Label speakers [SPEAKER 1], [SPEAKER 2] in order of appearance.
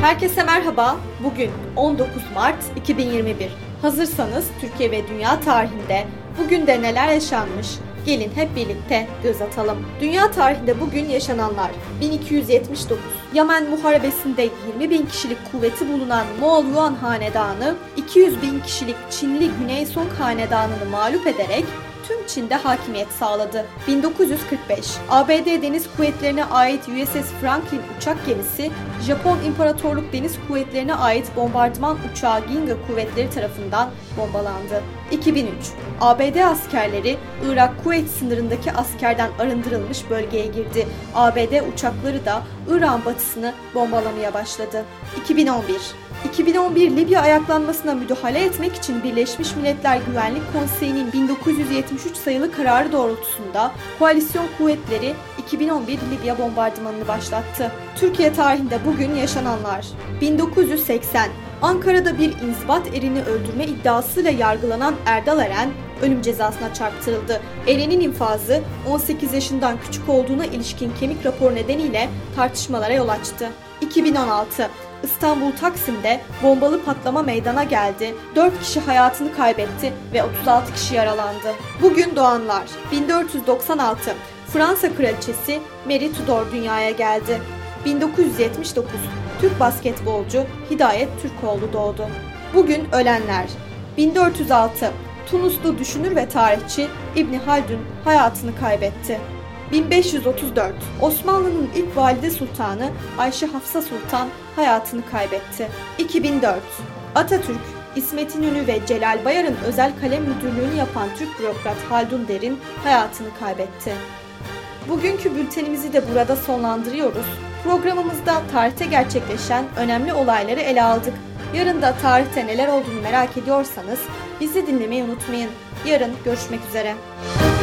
[SPEAKER 1] Herkese merhaba. Bugün 19 Mart 2021. Hazırsanız Türkiye ve dünya tarihinde bugün de neler yaşanmış? Gelin hep birlikte göz atalım. Dünya tarihinde bugün yaşananlar: 1279. Yemen Muharebesi'nde 20.000 kişilik kuvveti bulunan Moğol Yuan Hanedanı 200.000 kişilik Çinli Güney Song Hanedanı'nı mağlup ederek tüm Çin'de hakimiyet sağladı. 1945. ABD Deniz Kuvvetleri'ne ait USS Franklin uçak gemisi, Japon İmparatorluk Deniz Kuvvetleri'ne ait bombardıman uçağı Ginga kuvvetleri tarafından bombalandı. 2003. ABD askerleri Irak-Kuveyt sınırındaki askerden arındırılmış bölgeye girdi. ABD uçakları da Irak'ın batısını bombalamaya başladı. 2011 Libya ayaklanmasına müdahale etmek için Birleşmiş Milletler Güvenlik Konseyi'nin 1973 sayılı kararı doğrultusunda koalisyon kuvvetleri 2011 Libya bombardımanını başlattı. Türkiye tarihinde bugün yaşananlar: 1980. Ankara'da bir inzibat erini öldürme iddiasıyla yargılanan Erdal Eren ölüm cezasına çarptırıldı. Eren'in infazı 18 yaşından küçük olduğuna ilişkin kemik rapor nedeniyle tartışmalara yol açtı. 2016. İstanbul Taksim'de bombalı patlama meydana geldi. 4 kişi hayatını kaybetti ve 36 kişi yaralandı. Bugün doğanlar: 1496. Fransa Kraliçesi Marie Tudor dünyaya geldi. 1979. Türk basketbolcu Hidayet Türkoğlu doğdu. Bugün ölenler: 1406. Tunuslu düşünür ve tarihçi İbni Haldun hayatını kaybetti. 1534. Osmanlı'nın ilk valide sultanı Ayşe Hafsa Sultan hayatını kaybetti. 2004. Atatürk, İsmet İnönü ve Celal Bayar'ın özel kalem müdürlüğünü yapan Türk bürokrat Haldun Derin hayatını kaybetti. Bugünkü bültenimizi de burada sonlandırıyoruz. Programımızda tarihte gerçekleşen önemli olayları ele aldık. Yarın da tarihte neler olduğunu merak ediyorsanız bizi dinlemeyi unutmayın. Yarın görüşmek üzere.